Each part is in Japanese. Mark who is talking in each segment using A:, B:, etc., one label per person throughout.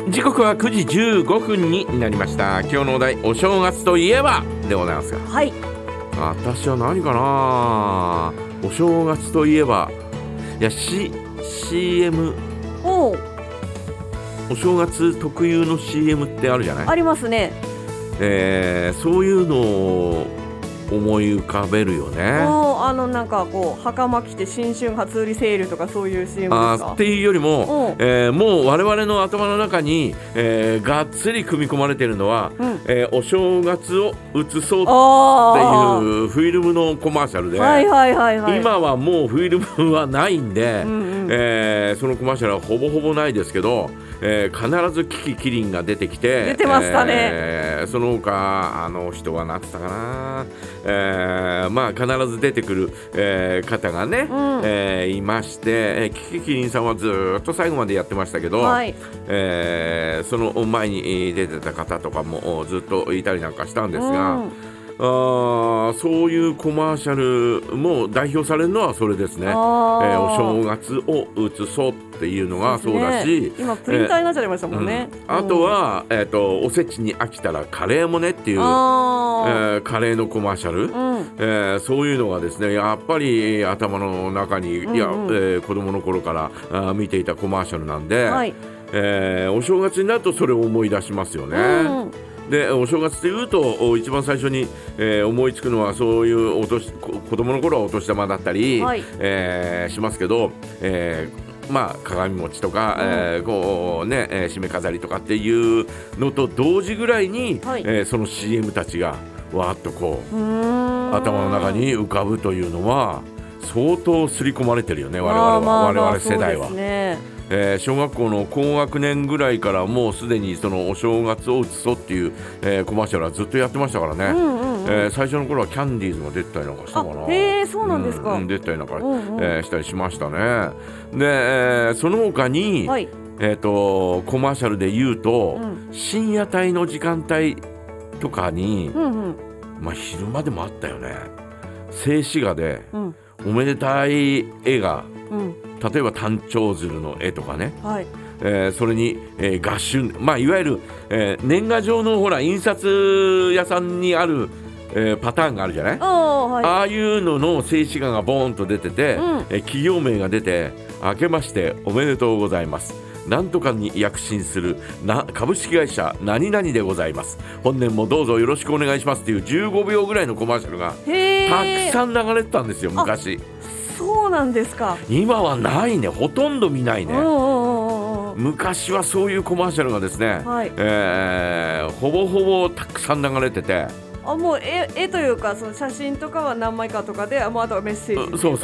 A: 時刻は9時15分になりました。今日のお題、お正月といえばでございますが、
B: はい。
A: 私は何かな。お正月といえば、いや、CM、
B: おう、
A: お正月特有の CM ってあるじゃない。
B: ありますね。
A: そういうのを思い浮かべるよね。
B: なんかこう袴着て新春初売りセールとかそういう CM ですか。
A: っていうよりも、もう我々の頭の中に、がっつり組み込まれているのは、お正月を映そうっていうフィルムのコマーシャルで、今はもうフィルムはないんで、そのコマーシャルはほぼほぼないですけど、必ずキキキリンが出てきて、
B: 出てましたね。
A: その他人は何て言ったかな、まあ必ず出てくる、方がね、いまして、キキキリンさんはずっと最後までやってましたけど、その前に出てた方とかもずっといたりなんかしたんですが、そういうコマーシャルも代表されるのはそれですね。お正月を映そうっていうのがそうだし、
B: 今プリンターになっちゃいましたもんね。
A: あとは、おせちに飽きたらカレーもねっていう、カレーのコマーシャル、そういうのがですね、やっぱり頭の中に、子供の頃から見ていたコマーシャルなんで、お正月になるとそれを思い出しますよね。で、お正月というと一番最初に、思いつくのはそういう子供の頃はお年玉だったり、しますけど、まあ鏡餅とか、こうね、締め飾りとかっていうのと同時ぐらいに、その CM たちがわーっとこう頭の中に浮かぶというのは相当刷り込まれてるよね、我々世代は。小学校の高学年ぐらいからもうすでにそのお正月を映そうっていう、コマーシャルはずっとやってましたからね。最初の頃はキャンディーズが出てたりなんかしたかな。
B: そうなんですか。
A: 出てたりなんか、したりしましたね。で、その他に、コマーシャルで言うと、深夜帯の時間帯とかに、まあ昼間でもあったよね。静止画で、おめでたい絵が、例えば単調鶴の絵とかね、それに、画集、まあいわゆる、年賀状のほら印刷屋さんにある、パターンがあるじゃない。ああいうのの静止画がボーンと出てて、企業名が出て、明けましておめでとうございます、なんとかに躍進する株式会社何々でございます、本年もどうぞよろしくお願いしますっていう15秒ぐらいのコマーシャルがたくさん流れてたんですよ、昔。
B: そうなんですか。
A: 今はないね、ほとんど見ないね。昔はそういうコマーシャルがですね、ほぼほぼたくさん流れてて、
B: もう絵というかその写真とかは何枚かとかで、あとはメッセージ。
A: そう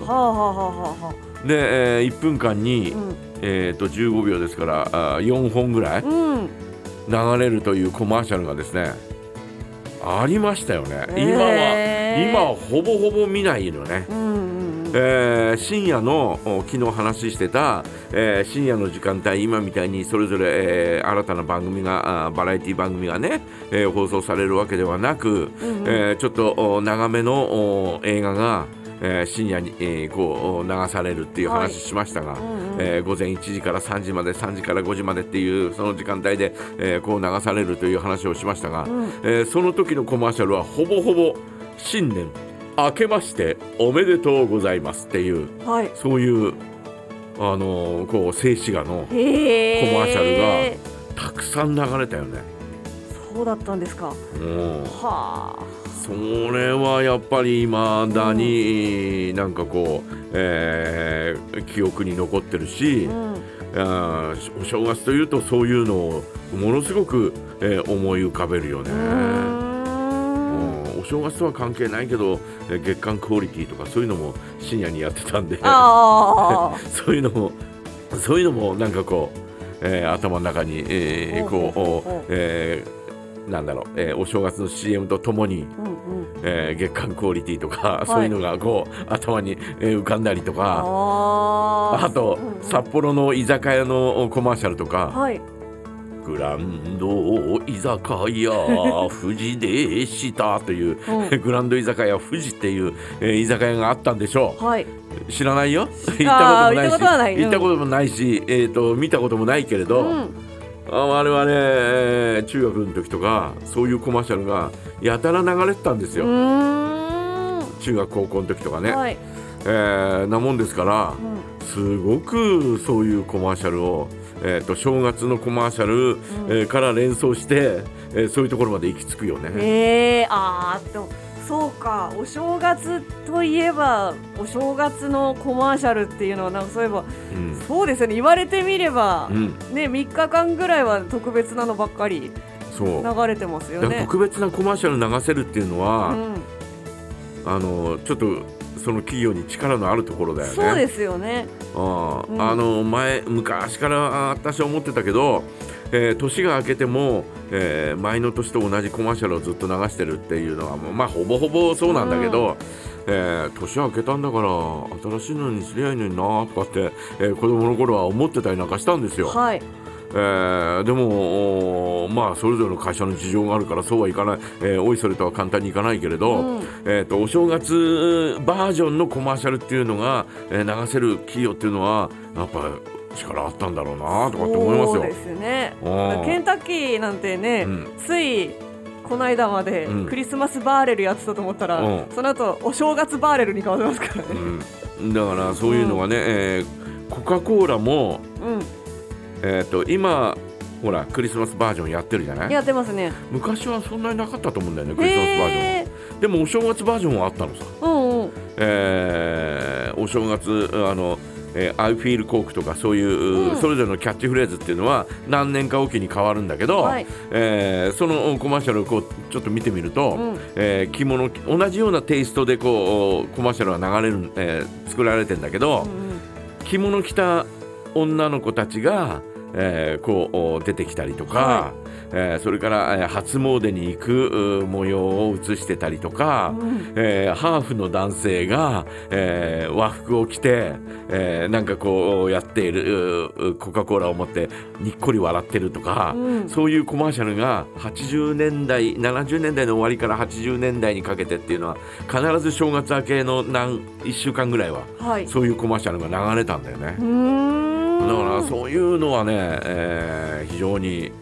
A: で、1分間に、15秒ですから4本ぐらい流れるというコマーシャルがですね、ありましたよね。今はほぼほぼ見ないのね。深夜の昨日話してた、深夜の時間帯、今みたいにそれぞれ、新たな番組がバラエティ番組がね、放送されるわけではなく、ちょっと長めの映画が、深夜に、こう流されるっていう話しましたが、午前1時から3時まで、3時から5時までっていうその時間帯で、こう流されるという話をしましたが、その時のコマーシャルはほぼほぼ新年明けましておめでとうございますっていう、そういうこう静止画のコマーシャルがたくさん流れたよね。
B: そうだったんですか。
A: それはやっぱり未だになんかこう、記憶に残ってるし、お正月というとそういうのをものすごく、思い浮かべるよね。お正月とは関係ないけど、月間クオリティとかそういうのも深夜にやってたんでそういうのもなんかこう、頭の中に、なんだろう、お正月の CM とともに、月間クオリティとか、そういうのがこう頭に、浮かんだりとか、あと、札幌の居酒屋のコマーシャルとか、グランド居酒屋富士でしたという、グランド居酒屋富士っていう、居酒屋があったんでしょう。知らないよ。行ったこともないし、見たこともないけれど、 我々中学の時とかそういうコマーシャルがやたら流れてたんですよ。中学高校の時とかね、はい、なもんですから、すごくそういうコマーシャルを、正月のコマーシャル、から連想して、そういうところまで行き着くよね。
B: でもそうか、お正月といえばお正月のコマーシャルっていうのはなんかそういえば、そうですよね、言われてみれば、ね、3日間ぐらいは特別なのばっかり流れてますよね。
A: 特別なコマーシャル流せるっていうのは、ちょっとその企業に力のあるところだよね。
B: そうですよね。
A: 昔から私は思ってたけど、年が明けても、前の年と同じコマーシャルをずっと流してるっていうのは、まあほぼほぼそうなんだけど、年明けたんだから新しいのにすりゃいいのになとかって、子供の頃は思ってたりなんかしたんですよ。
B: はい。
A: でもまあそれぞれの会社の事情があるからそうはいかない、おいそれとは簡単にいかないけれど、お正月バージョンのコマーシャルっていうのが、流せる企業っていうのはやっぱ力あったんだろうなとかって思いますよ。
B: そうですね。ケンタッキーなんてね、ついこの間までクリスマスバーレルやってたと思ったら、その後お正月バーレルに変わりますからね。
A: だからそういうのがね、コカ・コーラも、今ほらクリスマスバージョンやってるじゃない。
B: やってますね。
A: 昔はそんなになかったと思うんだよね、クリスマスバージョン。でもお正月バージョンはあったのさ。お正月I feel Coke とかそういう、それぞれのキャッチフレーズっていうのは何年かおきに変わるんだけど、そのコマーシャルをこうちょっと見てみると、着物同じようなテイストでこうコマーシャルが流れる、作られてんだけど、着物着た女の子たちがこう出てきたりとか、それから、初詣に行く模様を映してたりとか、ハーフの男性が、和服を着て、なんかこうやっているコカ・コーラを持ってにっこり笑ってるとか、そういうコマーシャルが80年代70年代の終わりから80年代にかけてっていうのは必ず正月明けの1週間ぐらいは、そういうコマーシャルが流れたんだよね。だからそういうのはね、非常に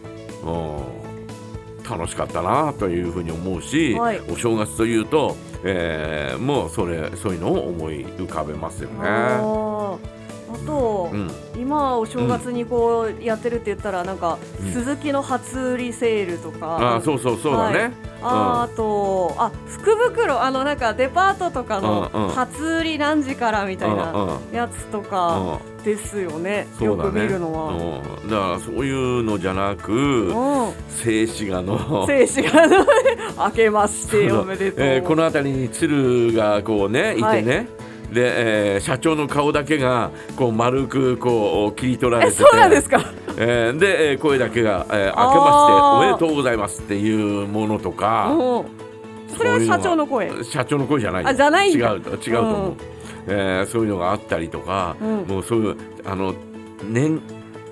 A: 楽しかったなというふうに思うし、お正月というと、もうそういうのを思い浮かべますよね。
B: あと、今お正月にこうやってるって言ったらなんか、スズキの初売りセールとか、
A: そうだね。
B: あと福袋なんかデパートとかの初売り何時からみたいなやつとかですよね。よく見るのは。
A: だからそういうのじゃなく、静止画の
B: 明けましておめでとう。
A: この辺りに鶴がこうねいてね。で、社長の顔だけがこう丸くこう切り取られてて、
B: そうなんですか。
A: で、声だけが、明けましておめでとうございますっていうものとか、
B: それは社長の声
A: じゃない。
B: じゃないんだ。
A: 違うと思う。そういうのがあったりとか、もうそういう年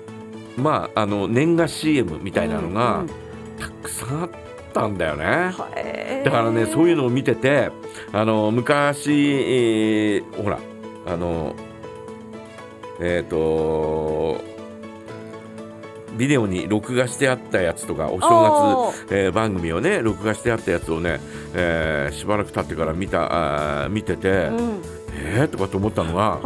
A: 賀 CM みたいなのがたくさんあったんだよね。だからね、そういうのを見てて、昔、ほらビデオに録画してあったやつとか、お正月、番組をね録画してあったやつをね、しばらく経ってから見てて、とかと思ったのが、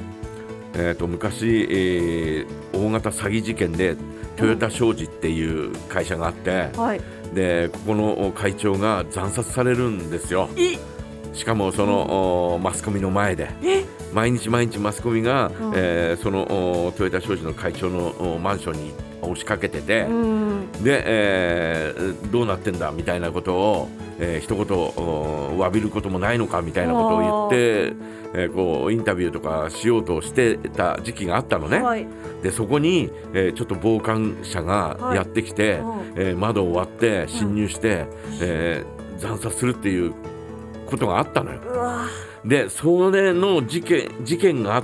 A: 昔、大型詐欺事件でトヨタ商事っていう会社があって、でここの会長が惨殺されるんですよ。しかもその、マスコミの前で毎日マスコミが、そのトヨタ商事の会長のマンションに押しかけてて、で、どうなってんだみたいなことを、一言詫びることもないのかみたいなことを言って、こうインタビューとかしようとしてた時期があったのね。でそこに、ちょっと傍観者がやってきて、窓を割って侵入して、惨殺するっていうことがあったのよ。でそれの事件があった、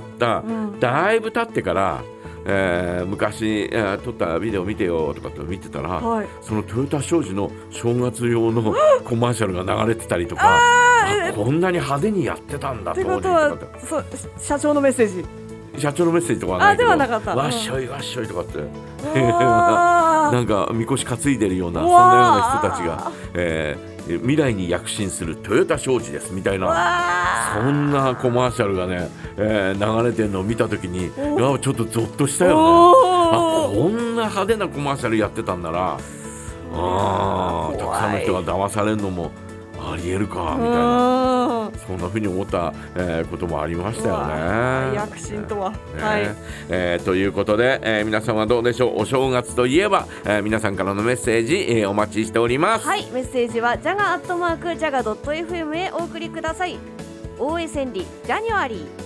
A: だいぶ経ってから、昔、撮ったビデオ見てよとかって見てたら、そのトヨタ商事の正月用のコマーシャルが流れてたりとか、こんなに派手にやってたんだ
B: ってことは、社長のメッセージ
A: とかはないけど、
B: ではなかった。
A: わっしょいとかってなんかみこし担いでるようなそんなような人たちが、未来に躍進するトヨタ商事ですみたいな、そんなコマーシャルがね、流れてるのを見たときにちょっとゾッとしたよね。こんな派手なコマーシャルやってたんなら、たくさんの人が騙されるのもありえるかみたいな、そんな風に思った、こともありましたよね。
B: 躍進とは、
A: ということで、皆さんはどうでしょう。お正月といえば、皆さんからのメッセージ、お待ちしております。
B: はい、メッセージは jaga@jaga.fm へお送りください。大江千里ジャニュアリー